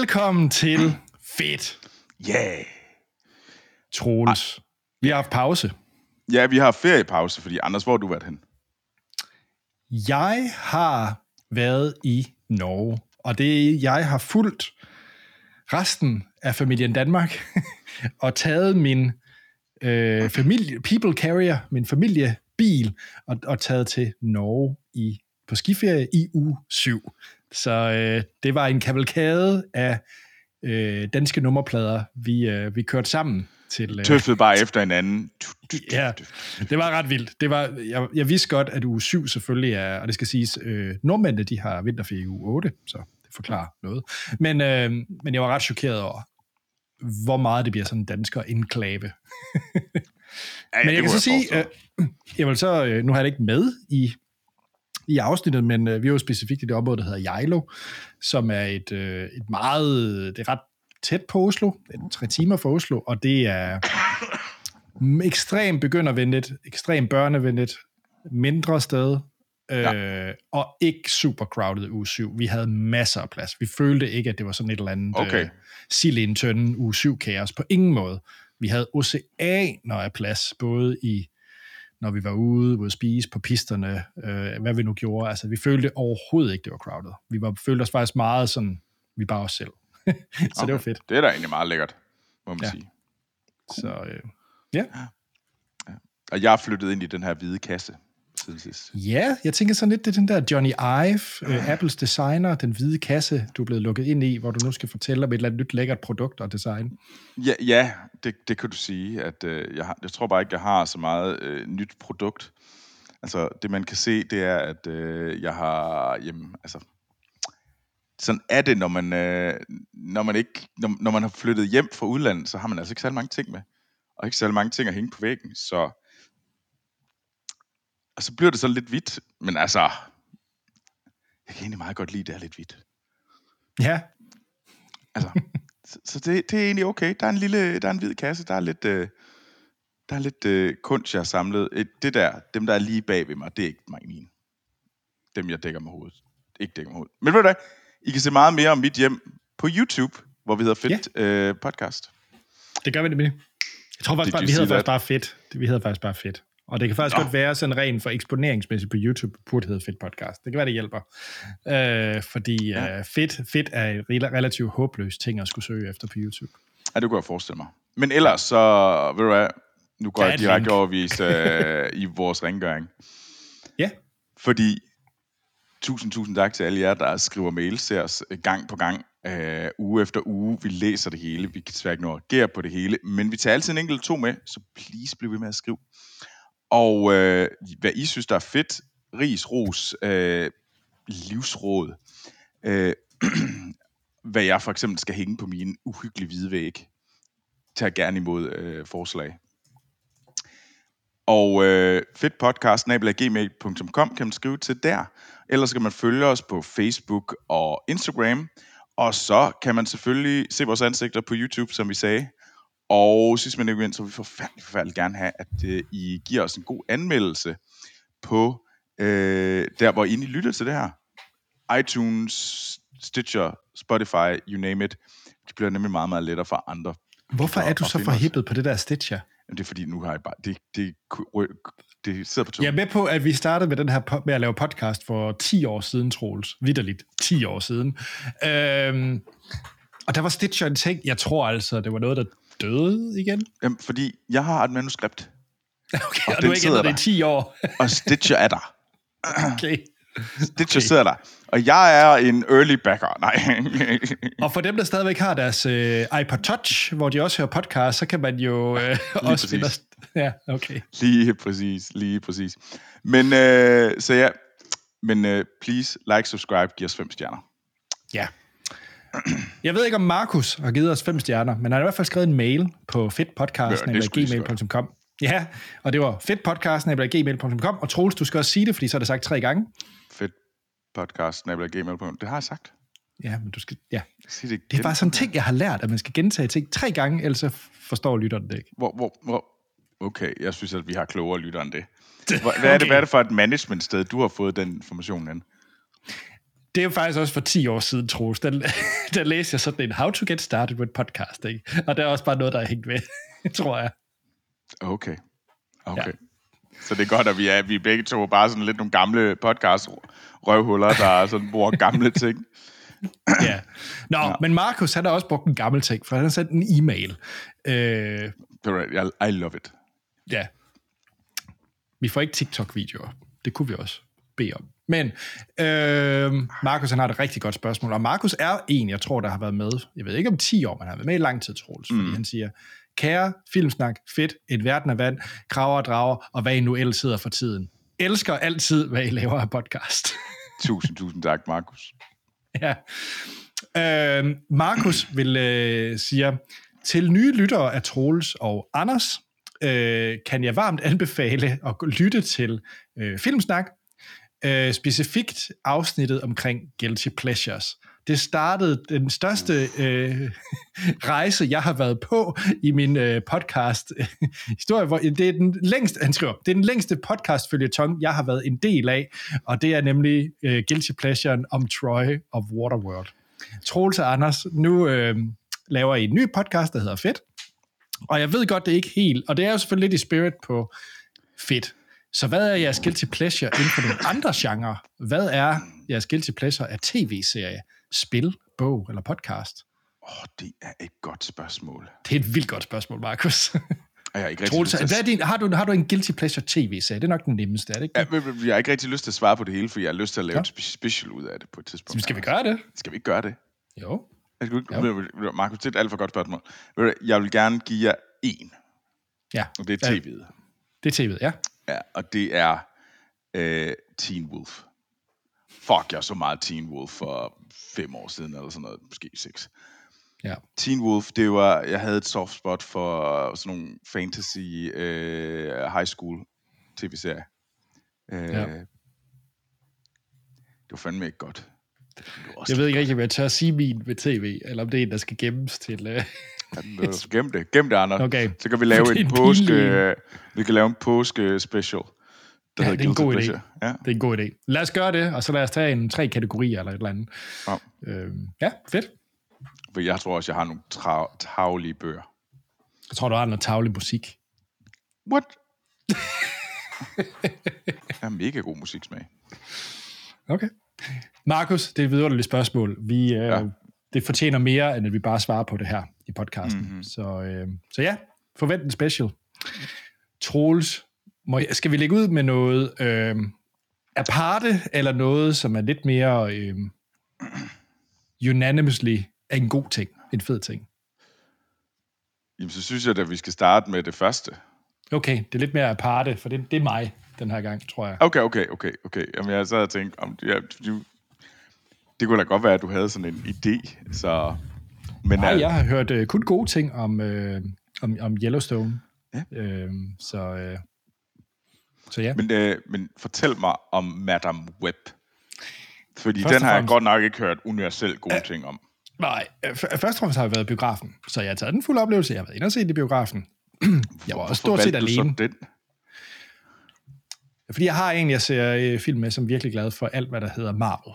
Velkommen til Fedt. Yeah. Troels. Vi har haft pause. Ja, vi har feriepause, fordi Anders, hvor har du været hen? Jeg har været i Norge, og jeg har fulgt resten af familien Danmark og taget min people carrier, min familiebil, og taget til Norge på skiferie i uge 7. Så det var en kavalkade af danske nummerplader, vi kørte sammen til. Tøffede bare efter hinanden. Ja, det var ret vildt. Jeg vidste godt, at uge 7 selvfølgelig er, og det skal siges, nordmændene, de har vinterferie i uge 8, så det forklarer noget. Men jeg var ret chokeret over, hvor meget det bliver sådan en dansker enklave. Men jeg kan så sige, nu har jeg det ikke med i afsnittet, men vi er jo specifikt i det område, der hedder Geilo, som er et meget, det er ret tæt på Oslo, 3 timer fra Oslo, og det er ekstremt begyndervenligt, ekstremt børnevenligt, mindre sted, og ikke super crowded uge 7. Vi havde masser af plads. Vi følte ikke, at det var sådan et eller andet sild i en tønde uge 7 kaos. På ingen måde. Vi havde oceaner af plads, både når vi var ude at spise på pisterne, hvad vi nu gjorde. Altså, vi følte overhovedet ikke, det var crowded. Vi følte os faktisk meget sådan, vi bare os selv. Så det var fedt. Det er da egentlig meget lækkert, må man sige. Så, ja. Og jeg er flyttet ind i den her hvide kasse siden sidst. Ja, jeg tænker sådan lidt, det er den der Johnny Ive, Apples designer, den hvide kasse, du er blevet lukket ind i, hvor du nu skal fortælle om et eller andet nyt lækkert produkt og design. Ja, det kan du sige. At, jeg tror bare ikke, jeg har så meget nyt produkt. Altså, det man kan se, det er, at jeg har... sådan er det, når man har flyttet hjem fra udlandet, så har man altså ikke særlig mange ting med. Og ikke særlig mange ting at hænge på væggen, så bliver det sådan lidt hvidt, men altså, jeg kan egentlig meget godt lide, det er lidt hvidt. Ja. Altså, så det er egentlig okay. Der er en hvid kasse, der er lidt kunst, jeg har samlet. Dem der er lige bag ved mig, det er ikke mig mine. Dem, jeg dækker med hovedet. Ikke dækker med hovedet. Men ved du hvad? I kan se meget mere om mit hjem på YouTube, hvor vi hedder Fedt podcast. Det gør vi det med. Jeg tror faktisk bare, vi hedder faktisk bare Fedt. Vi hedder faktisk bare Fedt. Og det kan faktisk godt være sådan rent for eksponeringsmæssigt på YouTube, burde hedde Fedt podcast. Det kan være, det hjælper. Fordi fedt er en relativt håbløs ting at skulle søge efter på YouTube. Ja, det kunne jeg forestille mig. Men ellers så, ved du hvad, nu går jeg direkte overvist i vores rengøring. Ja. Fordi tusind tak til alle jer, der skriver mails til os gang på gang, uge efter uge. Vi læser det hele, vi kan desværre ikke nå at reagere på det hele, men vi tager altid en enkelt 2 med, så please bliv ved med at skrive. Og hvad I synes, der er fedt, ris, ros, livsråd, hvad jeg for eksempel skal hænge på mine uhyggelige hvide væg, tager gerne imod forslag. Og fedtpodcast@gmail.com kan man skrive til der. Ellers kan man følge os på Facebook og Instagram. Og så kan man selvfølgelig se vores ansigter på YouTube, som vi sagde. Og sidst men ikke mindst, så vil vi forfærdeligt gerne have, at I giver os en god anmeldelse på der, hvor I lytter til det her. iTunes, Stitcher, Spotify, you name it. Det bliver nemlig meget, meget lettere for andre. Hvorfor er du så forhippet på det der Stitcher? Jamen, det er fordi, nu har jeg bare... Det sidder på to. Jeg er med på, at vi startede med, med at lave podcast for 10 år siden, Troels. Vitterligt 10 år siden. Og der var Stitcher en ting. Jeg tror altså, det var noget, der døde igen. Jamen, fordi jeg har et manuskript. Okay, og du har ikke ændret det i 10 år. Og Stitcher er der. Okay. Stitcher sidder der. Og jeg er en early backer. Nej. Og for dem, der stadigvæk har deres iPod Touch, hvor de også hører podcast, så kan man jo også finde os. Ja, okay. Lige præcis. Men, please, like, subscribe, giv os 5 stjerner. Ja. Jeg ved ikke, om Markus har givet os 5 stjerner, men han har i hvert fald skrevet en mail på fedtpodcast@gmail.com. Ja, og det var fedtpodcast@gmail.com, og Troels, du skal også sige det, fordi så er det sagt 3 gange. Fedtpodcast@gmail.com. Det har jeg sagt. Ja, men du skal... Ja. Det er bare sådan en ting, jeg har lært, at man skal gentage ting 3 gange, ellers så forstår lytteren det ikke. Okay, jeg synes, at vi har klogere lytteren det. Hvad er det for et managementsted, du har fået den information hen? Det er jo faktisk også for 10 år siden, Troels. Der læste jeg sådan en How to get started with podcasting. Og det er også bare noget, der er hængt ved, tror jeg. Okay. Ja. Så det er godt, at vi er begge to bare sådan lidt nogle gamle podcast-røvhuller, der sådan bruger gamle ting. Ja. Men Markus, han har også brugt en gammel ting, for han har sendt en e-mail. I love it. Ja. Vi får ikke TikTok-videoer. Det kunne vi også bede om. Men Markus, han har et rigtig godt spørgsmål. Og Markus er en, jeg tror, der har været med, jeg ved ikke om 10 år, men han har været med i lang tid, Troels. Fordi han siger, kære filmsnak, fedt, et verden af vand, kraver og drager, og hvad I nu ellers sidder for tiden. Elsker altid, hvad I laver af podcast. Tusind tak, Markus. Ja. Markus siger, til nye lyttere af Troels og Anders, kan jeg varmt anbefale at lytte til Filmsnak, specifikt afsnittet omkring Guilty Pleasures. Det startede den største rejse, jeg har været på i min podcast historie. Hvor det er den længste, han skriver, det er den længste podcast-føljeton, jeg har været en del af, og det er nemlig Guilty Pleasuren om Troy og Waterworld. Troels og Anders, nu laver I en ny podcast, der hedder Fedt, og jeg ved godt, det er ikke helt, og det er jo selvfølgelig lidt i spirit på Fedt. Så hvad er jeres guilty pleasure inden for nogle andre genrer? Hvad er jeres guilty pleasure af tv-serie, spil, bog eller podcast? Det er et godt spørgsmål. Det er et vildt godt spørgsmål, Markus. Jeg har ikke rigtig lyst har du en guilty pleasure tv-serie? Det er nok den nemmeste, er det ikke? Ja, jeg har ikke rigtig lyst til at svare på det hele, for jeg har lyst til at lave et special ud af det på et tidspunkt. Så skal vi gøre det? Skal vi ikke gøre det? Jo. Markus, det er et alt for godt spørgsmål. Jeg vil gerne give jer en. Ja. Og det er tv'et. Det er tv'et, ja. Ja, og det er Teen Wolf. Fuck, jeg så meget Teen Wolf for 5 år siden, eller sådan noget, måske 6. Ja. Teen Wolf, det var, jeg havde et soft spot for sådan nogle fantasy high school tv-serie. Det var fandme ikke godt. Jeg ved ikke rigtig, hvad jeg tør at sige min ved tv, eller om det er en, der skal gemmes til... Gem det, Anders. Okay. Så kan vi lave en påske... Vi kan lave en påske special. Det er en god idé. Ja. Det er en god idé. Lad os gøre det, og så lad os tage 3 kategorier eller et eller andet. Ja, fedt. For jeg tror også, jeg har nogle taglige bøger. Jeg tror, du har noget taglig musik. What? Jeg har mega god musiksmag. Okay. Markus, det er et vidunderligt spørgsmål. Det fortjener mere, end at vi bare svarer på det her i podcasten. Mm-hmm. Så ja, forvent en special. Troels, skal vi lægge ud med noget aparte, eller noget, som er lidt mere unanimously er en god ting, en fed ting? Jamen, så synes jeg, at vi skal starte med det første. Okay, det er lidt mere aparte, for det er mig den her gang, tror jeg. Okay. Jamen, jeg sad og tænkte, det kunne da godt være, at du havde sådan en idé, så... Men, jeg har hørt kun gode ting om Yellowstone. Ja. Så ja. Men fortæl mig om Madame Web. Fordi den har jeg godt nok ikke hørt universelt gode ting om. Nej, først og fremmest har jeg været i biografen, så jeg har taget den fulde oplevelse. Jeg har været inde og set i biografen. Jeg var også stort set alene. Den? Fordi jeg har en, jeg ser film med, som er virkelig glad for alt, hvad der hedder Marvel.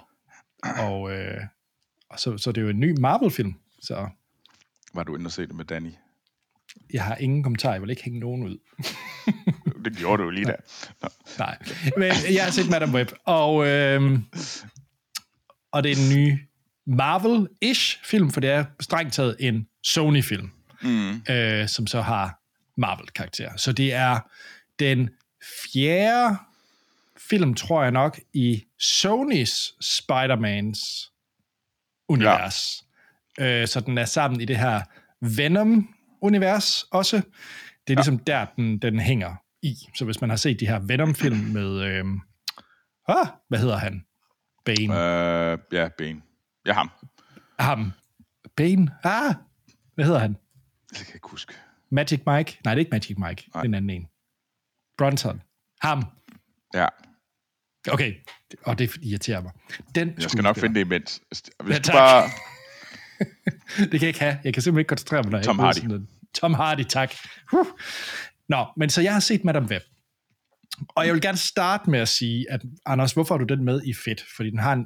Og så det er jo en ny Marvel-film. Så var du inde og se det med Danny? Jeg har ingen kommentar. Jeg vil ikke hænge nogen ud. Det gjorde du jo lige der. Nej, men jeg har set Madame Web, og det er en ny Marvel-ish film, for det er strengt taget en Sony-film, som så har Marvel-karakterer. Så det er den 4. film, tror jeg nok, i Sonys Spider-Mans univers. Ja. Så den er sammen i det her Venom-univers også. Det er ligesom der, den hænger i. Så hvis man har set de her Venom-film med... hvad hedder han? Bane. Ja, Bane. Ja, ham. Bane? Hvad hedder han? Det kan jeg ikke huske. Magic Mike? Nej, det er ikke Magic Mike. Det er en anden en. Bronson. Ham. Ja. Okay, og det irriterer mig. Jeg skal nok finde det imens. Ja, tak. Bare... det kan jeg ikke have. Jeg kan simpelthen ikke koncentrere mig. Tom Hardy. Tom Hardy, tak. Nå, men så jeg har set Madame Web. Og jeg vil gerne starte med at sige, at Anders, hvorfor har du den med i fedt? Fordi den har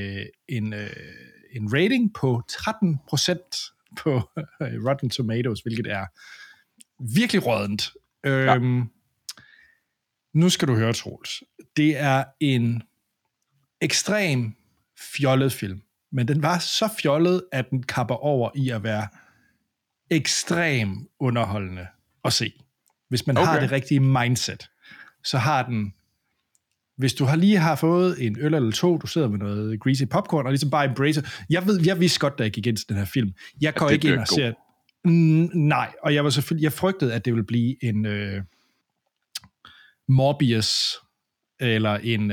en rating på 13% på Rotten Tomatoes, hvilket er virkelig rådent. Ja. Nu skal du høre, Troels. Det er en ekstrem fjollet film, men den var så fjollet, at den kapper over i at være ekstrem underholdende at se. Hvis man har det rigtige mindset, så har den, hvis du lige har fået en øl eller to, du sidder med noget greasy popcorn, og ligesom bare embrace. Jeg vidste godt, da jeg gik ind til den her film. Jeg går ikke ind og ser. Nej, og jeg frygtede, at det ville blive en Morbius, eller en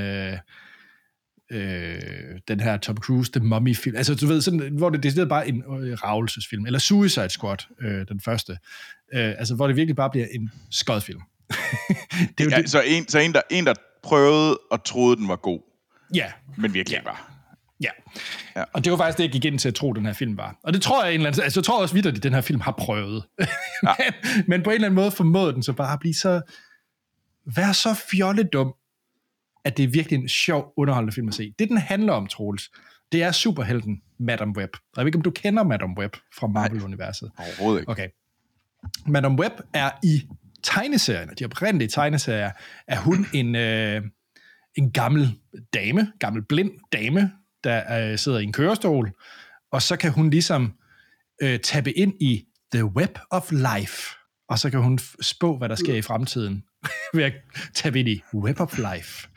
den her Tom Cruise, The Mummy-film. Altså, du ved, sådan, hvor det er bare en ravelsesfilm. Eller Suicide Squad, den første. Altså, hvor det virkelig bare bliver en skodfilm. Det er jo det. Så en, der prøvede og troede, den var god. Ja. Men virkelig var. Ja. Og det var faktisk det, jeg gik ind til at tro, den her film var. Og det tror jeg jeg tror også vidt, at den her film har prøvet. Ja. men på en eller anden måde formåede den så bare at blive være så fjolledum, at det er virkelig en sjov, underholdende film at se. Det, den handler om, Troels, det er superhelten Madame Web. Jeg ved ikke, om du kender Madame Web fra Marvel-universet. Overhovedet ikke. Okay. Madame Web er i tegneserierne, de oprindelige tegneserier, er hun en gammel blind dame, der sidder i en kørestol, og så kan hun ligesom tappe ind i the web of life, og så kan hun spå, hvad der sker i fremtiden, ved at tappe ind i web of life.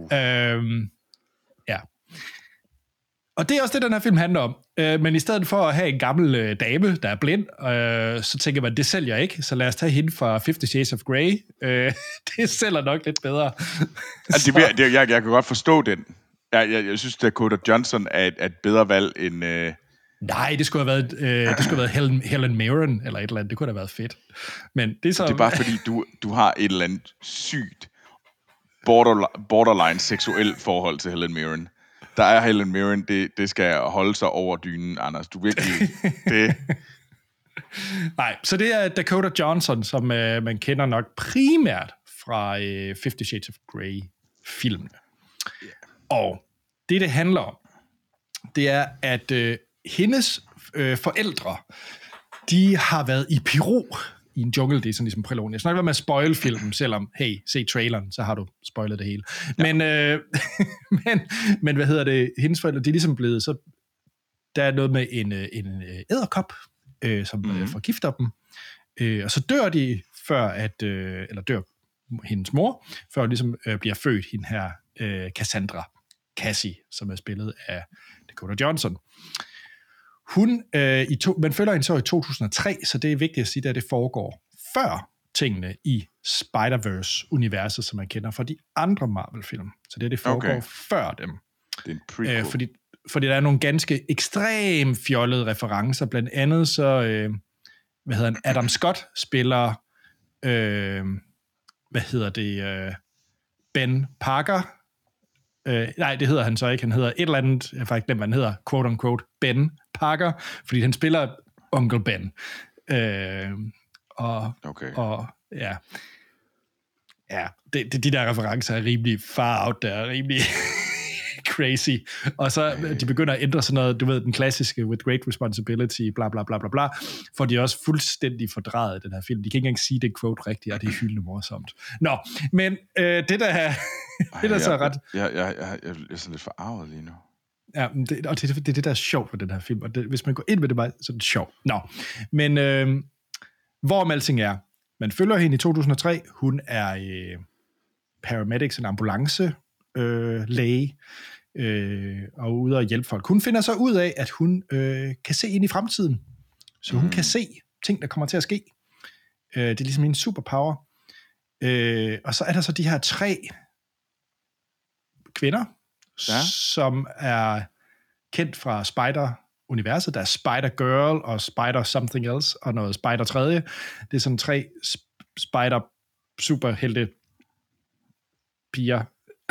Ja. Og det er også det, den her film handler om. Men i stedet for at have en gammel dame, der er blind, så tænker man, det sælger ikke, så lad os tage hende fra 50 Shades of Grey. Det sælger nok lidt bedre. Altså, jeg kan godt forstå den. Jeg synes, Dakota Johnson er et bedre valg end... Nej, det skulle have været Helen Mirren, eller et eller andet. Det kunne have været fedt. Men det er bare fordi, du har et eller andet sygt borderline seksuelt forhold til Helen Mirren. Der er Helen Mirren, det skal holde sig over dynen, Anders. Du virkelig... det... Nej, så det er Dakota Johnson, som man kender nok primært fra 50 Shades of Grey-filmene. Yeah. Og det handler om, det er, at hendes forældre, de har været i Peru i en jungle, det er sådan ligesom prologen. Jeg snakker med at spoil filmen, selvom, hey, se traileren, så har du spoilet det hele. Ja. Men hvad hedder det? Hendes forældre, de er ligesom blevet, så der er noget med en edderkop, som forgifter dem, og så dør de, før at, eller dør hendes mor, før ligesom bliver født hende her, Cassandra Cassie, som er spillet af Dakota Johnson. Hun, man følger hende så i 2003, så det er vigtigt at sige, at det foregår før tingene i Spider-Verse-universet, som man kender fra de andre Marvel-film. Så det foregår før dem. Det er en prequel. Fordi der er nogle ganske ekstremt fjollede referencer. Blandt andet så, Adam Scott spiller, Ben Parker. Nej, det hedder han så ikke. Han hedder et eller andet, jeg har faktisk glemt, hvad han hedder, quote-unquote, Ben Parker, fordi han spiller Onkel Ben. Og ja, de der referencer er rimelig far out der, rimelig crazy. Og så de begynder at ændre sådan noget, du ved, den klassiske with great responsibility, bla bla bla bla bla, for de er også fuldstændig fordrejet den her film. De kan ikke engang sige det quote rigtigt, og det er hyldende morsomt. Nå, men det der er så ret... Jeg er sådan lidt forarvet lige nu. Ja, det er det, der er sjovt ved den her film, og hvis man går ind med det, bare sådan sjovt. Nå, men hvorom alting er, man følger hende i 2003, hun er paramedics, en ambulance læge, og ude og hjælpe folk. Hun finder så ud af, at hun kan se ind i fremtiden, så hun kan se ting, der kommer til at ske. Det er ligesom en superpower. Og så er der så de her 3 kvinder, som er kendt fra Spider-universet. Der er Spider-Girl og Spider-Something Else og noget Spider-3. Det er sådan 3 Spider-superhelte piger.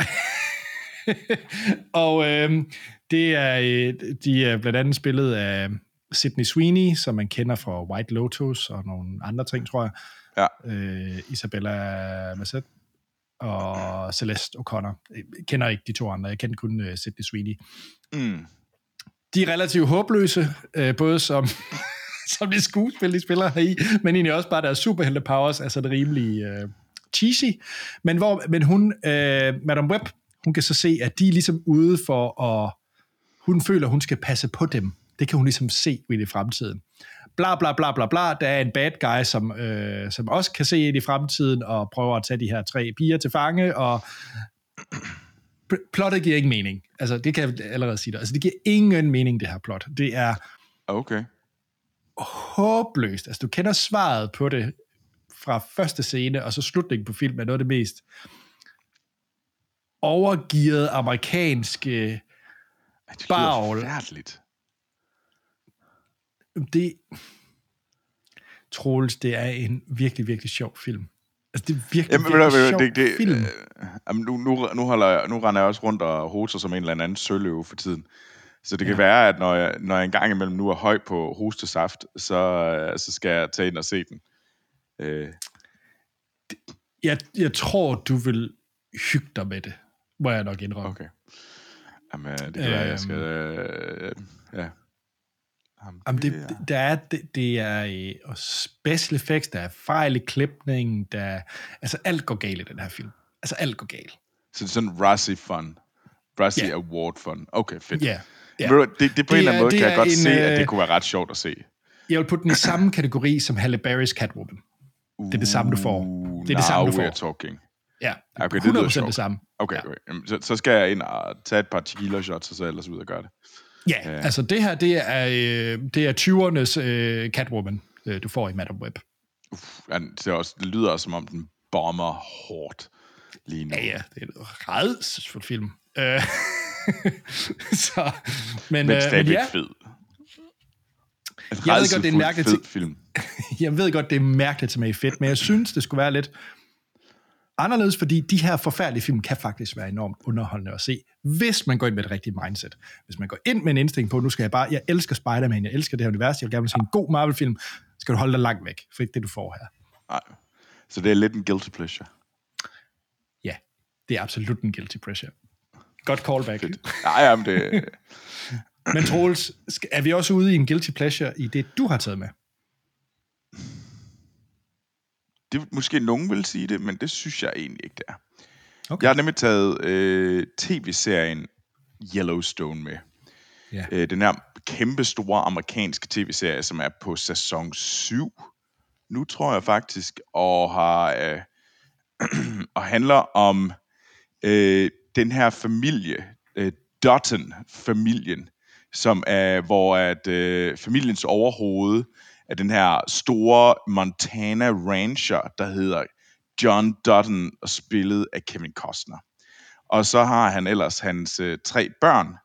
Og de er blandt andet spillet af Sydney Sweeney, som man kender fra White Lotus og nogle andre ting, tror jeg. Ja. Isabella Merced. og Celeste O'Connor. Jeg kender ikke de to andre, jeg kender kun Sydney Sweeney. De er relativt håbløse, både som, som det skuespil, de spiller heri, men egentlig også bare deres superhelte powers, altså det rimelige cheesy. Men hun, Madame Web, hun kan så se, at de er ligesom ude for at... Hun føler, hun skal passe på dem. Det kan hun ligesom se i fremtiden. Bla, bla, bla, bla, bla. Der er en bad guy, som også kan se ind i fremtiden, og prøver at tage de her 3 piger til fange, og plottet giver ingen mening. Altså, det kan jeg allerede sige dig. Altså, det giver ingen mening, det her plot. Det er håbløst. Altså, du kender svaret på det fra første scene, og så slutningen på filmen er noget af det mest overgearede amerikanske bagl. Det er forfærdeligt. Det, Troels, det er en virkelig, virkelig sjov film. Altså, det er virkelig, virkelig sjov film. Nu render jeg også rundt og hoster som en eller anden søløve for tiden. Så det kan være, at når jeg en gang imellem nu er høj på hostesaft, så skal jeg tage ind og se den. Jeg tror, du vil hygge dig med det, må jeg nok indrømme. Okay. Jamen, det kan være, jeg skal... ja. Jamen, det er og special effects, der er fejl i klipningen, altså alt går galt i den her film. Altså alt går galt. Så det er sådan Razzie Award fun. Okay, fedt. Ja. Det på en eller anden måde kan jeg godt se, at det kunne være ret sjovt at se. Jeg vil putte den i samme kategori som Halle Berry's Catwoman. Det er det samme, du får. Det er det samme, du får. We're talking. Ja, okay, 100% det samme. Okay. Så skal jeg ind og tage et par tequila shots, og så ellers ud og gøre det. Ja, altså det her, det er 20'ernes Catwoman, du får i Madame Web. Det lyder som om, den bomber hårdt lige nu. Ja, det er en rædselsfuld film. Men stadigvæk fed. Jeg ved godt, det er en mærkelig film. Jeg ved godt, det er mærkeligt til mig i fedt, men jeg synes, det skulle være lidt anderledes, fordi de her forfærdelige film kan faktisk være enormt underholdende at se, hvis man går ind med et rigtigt mindset. Hvis man går ind med en indstilling på, jeg elsker Spider-Man, jeg elsker det her univers, jeg vil gerne se en god Marvel-film, skal du holde dig langt væk, for det du får her. Nej. Så det er lidt en guilty pleasure. Ja, det er absolut en guilty pleasure. Godt callback. Nej, men det... Men Troels, er vi også ude i en guilty pleasure i det, du har taget med? Det måske nogen vil sige det, men det synes jeg egentlig ikke, det er. Okay. Jeg har nemlig taget tv-serien Yellowstone med. Ja. Den her kæmpe store amerikanske tv-serie, som er på sæson 7. Nu tror jeg faktisk, og handler om den her familie, Dutton-familien, som er, hvor familiens overhoved er den her store Montana rancher, der hedder John Dutton, og spillet af Kevin Costner. Og så har han ellers hans 3 børn,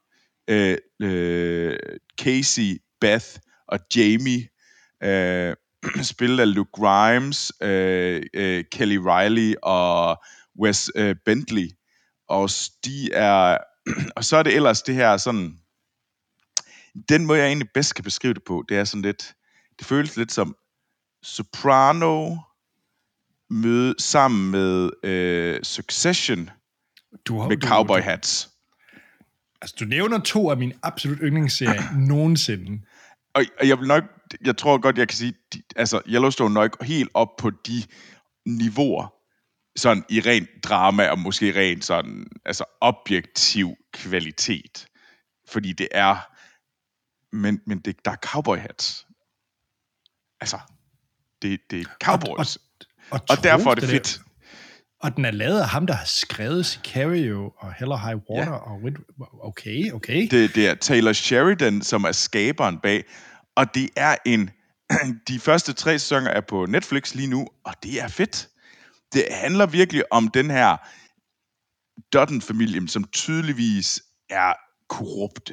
Casey, Beth og Jamie, spillet af Luke Grimes, Kelly Riley og Wes Bentley. Og de er, og så er det ellers det her sådan, den måde jeg egentlig bedst kan beskrive det på, det er sådan lidt, det føles lidt som Soprano møde sammen med Succession med cowboy hats. Altså, du nævner 2 af mine absolut yndlingsserier nogensinde. Og jeg tror godt, jeg kan sige, altså Yellowstone nok helt op på de niveauer, sådan i ren drama, og måske ren sådan, altså objektiv kvalitet. Fordi det er, men der er cowboy hats. Altså, det er cowboys. Og derfor er det fedt. Og den er lavet af ham, der har skrevet Sicario og Hell or High Water. Og okay. Det er Taylor Sheridan, som er skaberen bag. Og det er de første 3 sæsoner er på Netflix lige nu, og det er fedt. Det handler virkelig om den her Dutton-familie, som tydeligvis er korrupte.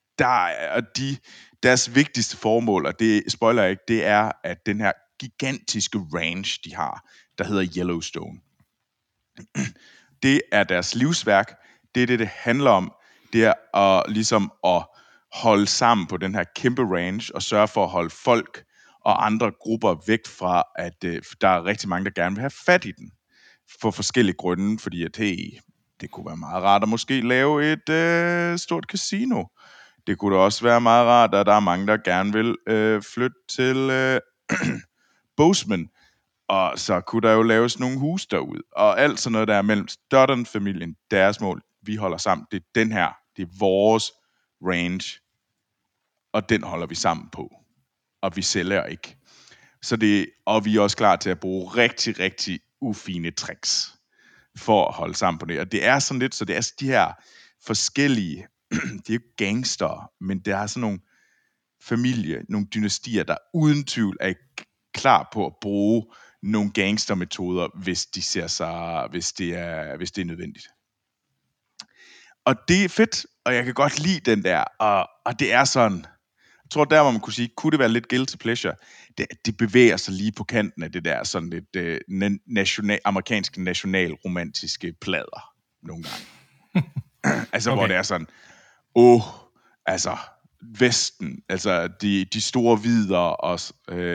Deres vigtigste formål, og det spoiler jeg ikke, det er, at den her gigantiske ranch, de har, der hedder Yellowstone. Det er deres livsværk. Det er det handler om. Det er at holde sammen på den her kæmpe ranch og sørge for at holde folk og andre grupper væk fra, at der er rigtig mange, der gerne vil have fat i den. for forskellige grunde, fordi at, hey, det kunne være meget rart at måske lave et stort casino. Det kunne da også være meget rart, at der er mange, der gerne vil flytte til Bozeman, og så kunne der jo laves nogle hus derud, og alt sådan noget der mellem Dutton-familien, deres mål, vi holder sammen, det er den her, det er vores range, og den holder vi sammen på, og vi sælger ikke. Og vi er også klar til at bruge rigtig, rigtig ufine tricks for at holde sammen på det. Og det er sådan lidt, så det er de her forskellige, de er jo gangster, men der er sådan nogle familie, nogle dynastier, der uden tvivl er klar på at bruge nogle gangstermetoder, hvis det er nødvendigt. Og det er fedt, og jeg kan godt lide den der, og det er sådan, jeg tror der, hvor man kunne sige, kunne det være lidt guilty pleasure, det bevæger sig lige på kanten af det der sådan lidt amerikanske nationalromantiske plader, nogle gange. Altså, okay. Hvor det er sådan, altså, Vesten, altså, de store vidder også,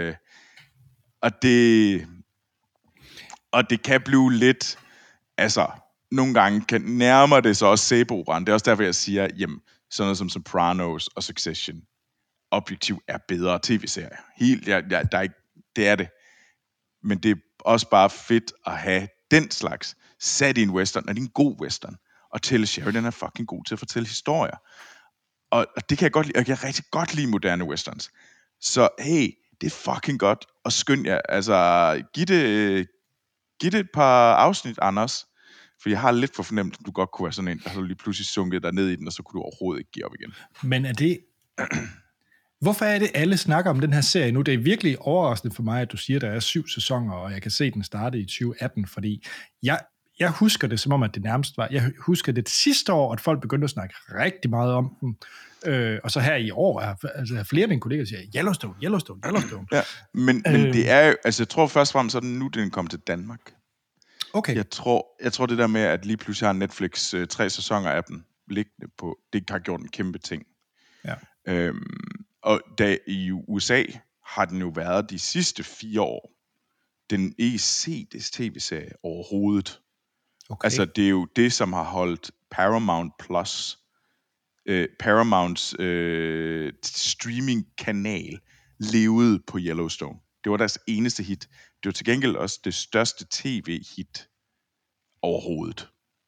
og det kan blive lidt, altså, nogle gange nærmer det sig også sæbeoperan. Det er også derfor, jeg siger, jamen, sådan noget som Sopranos og Succession, objektivt er bedre tv-serier. Helt, der er ikke, det er det. Men det er også bare fedt at have den slags sat i en western, og det er en god western. Og Taylor Sheridan er fucking god til at fortælle historier. Og det kan jeg godt lide, og jeg kan rigtig godt lide moderne westerns. Så hey, det er fucking godt, og skynd jer, altså, giv det et par afsnit, Anders, for jeg har lidt for fornemt, at du godt kunne være sådan en, der har lige pludselig sunket dig ned i den, og så kunne du overhovedet ikke give op igen. Men er det... Hvorfor er det, alle snakker om den her serie nu? Det er virkelig overraskende for mig, at du siger, at der er 7 sæsoner, og jeg kan se, at den startede i 2018, fordi jeg husker det, som om, at det nærmest var... Jeg husker det sidste år, at folk begyndte at snakke rigtig meget om den, og så her i år er flere af mine kolleger, der siger, Yellowstone. Ja, men det er jo... Altså, jeg tror først og fremmest, at den kom til Danmark. Okay. Jeg tror det der med, at lige pludselig har Netflix 3 sæsoner af den liggende på, det har gjort en kæmpe ting. Ja. Og i USA har den jo været de sidste 4 år den ikke seteste tv-serie overhovedet. Okay. Altså, det er jo det, som har holdt Paramount Plus, Paramounts streaming-kanal, levede på Yellowstone. Det var deres eneste hit. Det var til gengæld også det største tv-hit overhovedet.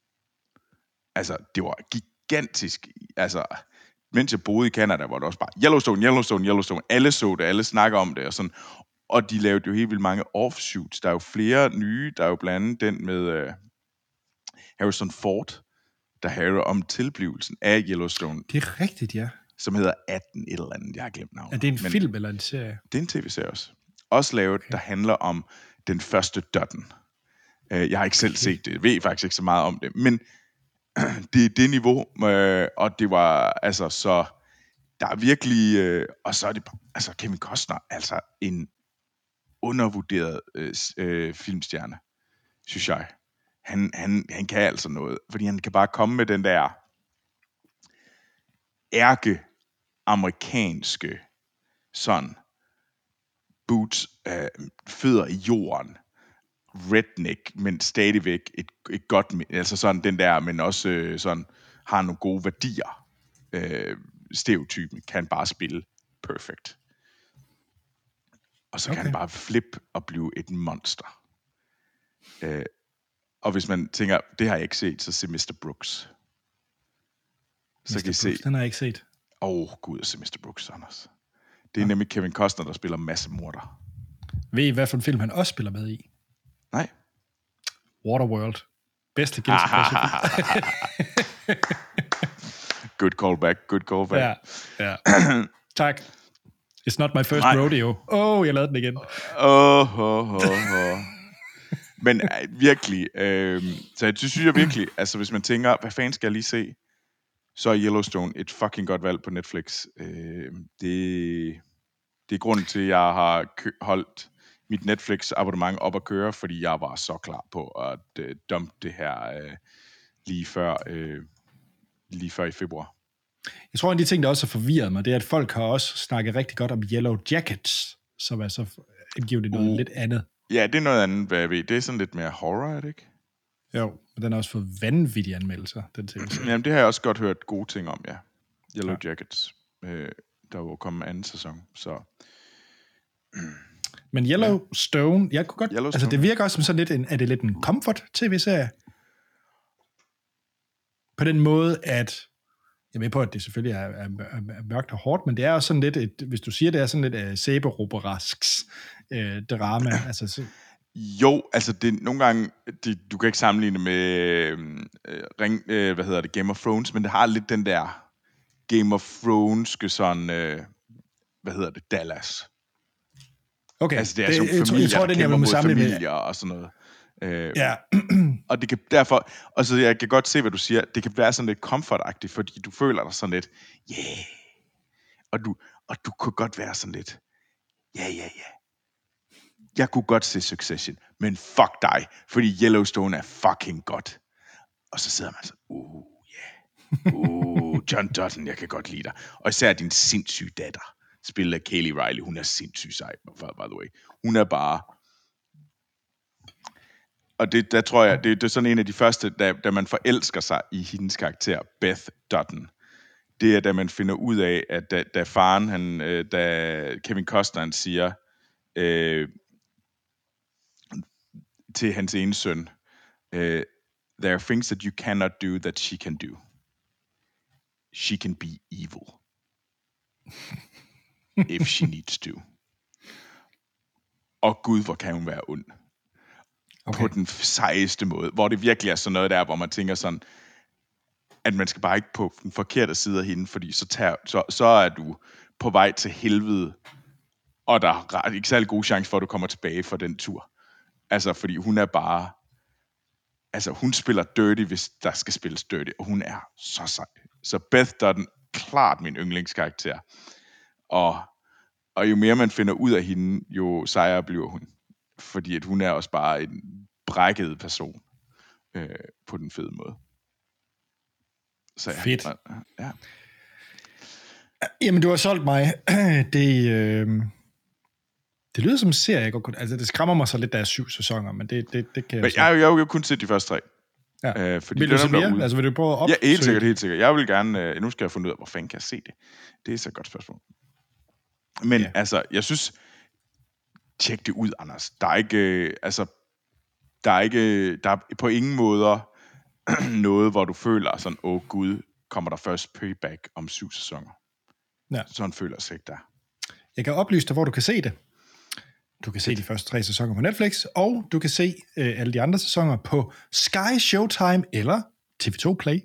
Altså, det var gigantisk. Altså, mens jeg boede i Canada, var det også bare Yellowstone. Alle så det, alle snakker om det, og sådan. Og de lavede jo helt vildt mange offshoots. Der er jo flere nye. Der er jo blandt andet den med Harrison Ford, der handler om tilblivelsen af Yellowstone. Det er rigtigt, ja. Som hedder 18 et eller andet. Jeg har glemt navnet. Er det en film eller en serie? Det er en tv-serie også. Også lavet, okay. Der handler om den første Dutton. Jeg har ikke selv set det. Jeg ved faktisk ikke så meget om det. Men det er det niveau, og det var altså så... Der er virkelig... og så er det... Altså, Kevin Costner, altså en undervurderet filmstjerne, synes jeg. Han kan altså noget, fordi han kan bare komme med den der ærke-amerikanske sådan boots, fødder i jorden, redneck, men stadigvæk et godt, altså sådan den der, men også sådan har nogle gode værdier. Stereotypen kan bare spille perfect. Og så kan han bare flippe og blive et monster. Og hvis man tænker, det har jeg ikke set, så se Mr. Brooks. Så kan I se. Den har jeg ikke set. Gud, se Mr. Brooks, Anders. Det er nemlig Kevin Costner, der spiller massemorder. Ved I, hvad for en film han også spiller med i? Nej. Waterworld. Bedste guilty pleasure. Good callback. Ja. Tak. It's not my first rodeo. Jeg lavede den igen. Men virkelig, så jeg synes virkelig, altså hvis man tænker, hvad fanden skal jeg lige se, så er Yellowstone et fucking godt valg på Netflix. Det er grunden til, at jeg har holdt mit Netflix-abonnement op at køre, fordi jeg var så klar på at dumpe det her lige før i februar. Jeg tror, en af de ting, der også har forvirret mig, det er, at folk har også snakket rigtig godt om Yellow Jackets, som er så angiveligt noget lidt andet. Ja, det er noget andet, hvad jeg ved. Det er sådan lidt mere horror, er det ikke? Jo, og den har også fået vanvittige anmeldelser, den tv-serie. Jamen, det har jeg også godt hørt gode ting om, ja. Yellow Jackets. Der var kommet anden sæson, så... Men Yellowstone, jeg kunne godt... Yellowstone, altså, det virker også som sådan lidt er det lidt en comfort-tv-serie? På den måde, at... Jeg er med på, at det selvfølgelig er mørkt og hårdt, men det er også sådan lidt, hvis du siger, det er sådan lidt sæberoberasks drama. Altså, så... Jo, altså det nogle gange, du kan ikke sammenligne med Game of Thrones, men det har lidt den der Game of Thrones-ske sådan, Dallas. Okay. Altså det er sådan familier, jeg tror, der kæmper mod familier med... og sådan noget. Ja. Og det kan derfor, altså jeg kan godt se, hvad du siger, det kan være sådan lidt comfortagtigt, fordi du føler dig sådan lidt, og du kunne godt være sådan lidt, jeg kunne godt se Succession, men fuck dig, fordi Yellowstone er fucking godt. Og så sidder man så, John Dutton, jeg kan godt lide dig. Og især din sindssyge datter, spillet af Kaylee Riley, hun er sindssygt sej, by the way. Hun er bare... Og der tror jeg, det er sådan en af de første, da man forelsker sig i hendes karakter, Beth Dutton. Det er, da man finder ud af, at da faren, da Kevin Costner siger til hans ene søn, there are things that you cannot do that she can do. She can be evil. If she needs to. Og Gud, hvor kan hun være ond. Okay. På den sejeste måde. Hvor det virkelig er sådan noget der, hvor man tænker sådan, at man skal bare ikke på den forkerte side af hende, fordi så er du på vej til helvede, og der er ikke særlig god chance for, at du kommer tilbage fra den tur. Altså, fordi hun er bare... Altså, hun spiller dirty, hvis der skal spilles dirty, og hun er så sej. Så Beth Dutton, klart min yndlingskarakter. Og jo mere man finder ud af hende, jo sejere bliver hun. Fordi at hun er også bare en brækket person på den fede måde. Så ja, fedt. Ja. Jamen, du har solgt mig. Det lyder som en serie, jeg godt kunne... Altså, det skræmmer mig så lidt, der er 7 sæsoner, men det kan men jeg har jo kun set de første 3. Ja. Fordi vil du se mere? Altså, vil du prøve at opsøge? Ja, helt sikkert. Jeg vil gerne... nu skal jeg finde ud af, hvor fanden kan jeg se det? Det er så et godt spørgsmål. Men altså, jeg synes... Tjek det ud, Anders. Der er på ingen måder noget, hvor du føler sådan, Gud, kommer der først payback om 7 sæsoner. Ja. Sådan føler jeg sig ikke der. Jeg kan oplyse dig, hvor du kan se det. Du kan se de første 3 sæsoner på Netflix, og du kan se alle de andre sæsoner på Sky Showtime eller TV2 Play.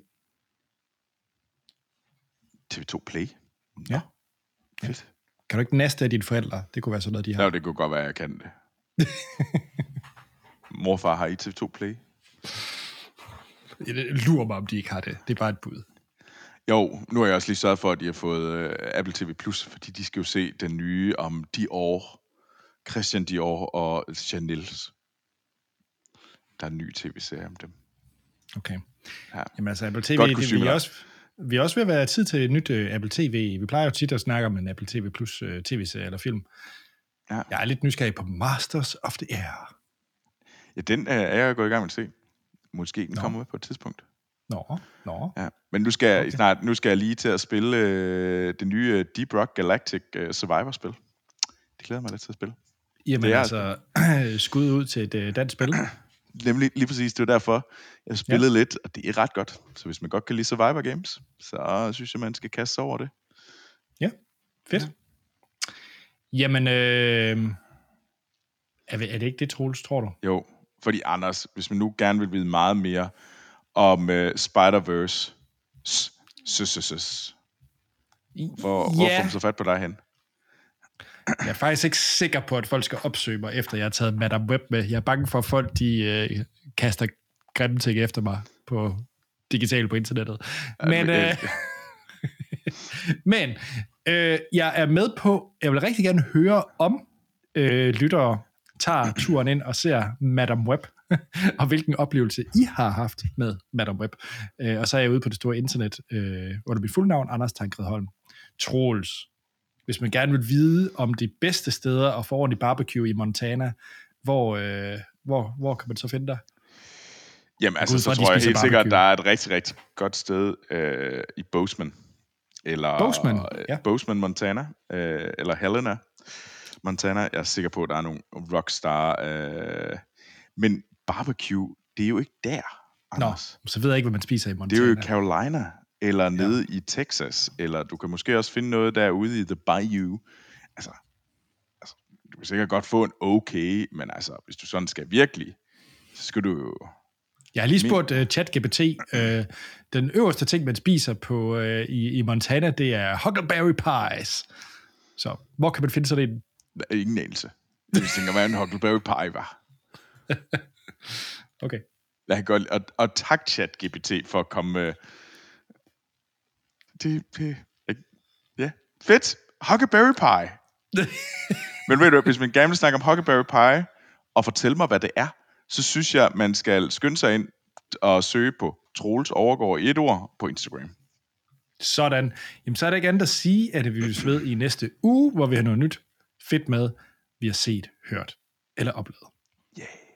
TV2 Play? Ja. Fedt. Kan du ikke næste af dine forældre? Det kunne være sådan noget, de har. Ja, det kunne godt være, jeg kan det. Morfar har I TV2 Play? Det lurer mig, om de ikke har det. Det er bare et bud. Jo, nu har jeg også lige sørget for, at de har fået Apple TV+, fordi de skal jo se den nye om Dior, Christian Dior og Chanel. Der er en ny tv-serie om dem. Okay. Ja. Jamen altså, Apple TV, vi er også ved at være tid til et nyt Apple TV. Vi plejer jo tit at snakke om en Apple TV Plus tv-serie eller film. Ja. Jeg er lidt nysgerrig på Masters of the Air. Ja, den er jeg gået i gang med at se. Måske den kommer med på et tidspunkt. Nå. Ja. Men nu skal jeg lige til at spille det nye Deep Rock Galactic Survivor-spil. Det glæder mig lidt til at spille. Jamen altså, skud ud til et dansk spil. Nemlig, lige præcis, det er derfor, jeg spillede lidt, og det er ret godt. Så hvis man godt kan lide Survivor Games, så synes jeg, man skal kaste sig over det. Ja, fedt. Ja. Jamen, er det ikke det, Troels, tror du? Jo, fordi Anders, hvis man nu gerne vil vide meget mere om Spider-Verse, hvor får man så fat på dig hen? Jeg er faktisk ikke sikker på, at folk skal opsøge mig, efter jeg har taget Madame Web med. Jeg er bange for, at folk de kaster grimme ting efter mig digitalt på internettet. Men jeg er med på, jeg vil rigtig gerne høre om lyttere tager turen ind og ser Madame Web, og hvilken oplevelse I har haft med Madame Web. Og så er jeg ude på det store internet under mit fulde navn, Anders Tankred Holm. Troels, hvis man gerne vil vide om de bedste steder at få ordentlig barbecue i Montana, hvor kan man så finde dig? Jamen, altså, så tror jeg helt sikkert, at der er et rigtig, rigtig godt sted i Bozeman. Eller Bozeman, Montana. Eller Helena, Montana. Jeg er sikker på, at der er nogle rockstar. Men barbecue, det er jo ikke der, Anders. Nå, så ved jeg ikke, hvad man spiser i Montana. Det er jo i Carolina, eller nede i Texas. Eller du kan måske også finde noget derude i The Bayou. Altså, du kan sikkert godt få en okay, men altså, hvis du sådan skal virkelig, så skal du jo... Jeg har lige spurgt ChatGPT. Den øverste ting, man spiser på i Montana, det er huckleberry pies. Så hvor kan man finde sådan en? Ingen anelse. Jeg tænker, hvad en huckleberry pie var. Okay. Jeg kan godt, og tak ChatGPT for at komme med... Ja, fedt. Huckleberry pie. Men ved du, hvis man gerne vil snakke om huckleberry pie, og fortælle mig, hvad det er, så synes jeg, man skal skynde sig ind og søge på Troels Overgaard i et ord på Instagram. Sådan. Jamen, så er der ikke andet at sige, at vi vil ved i næste uge, hvor vi har noget nyt fedt med, vi har set, hørt eller oplevet. Yeah.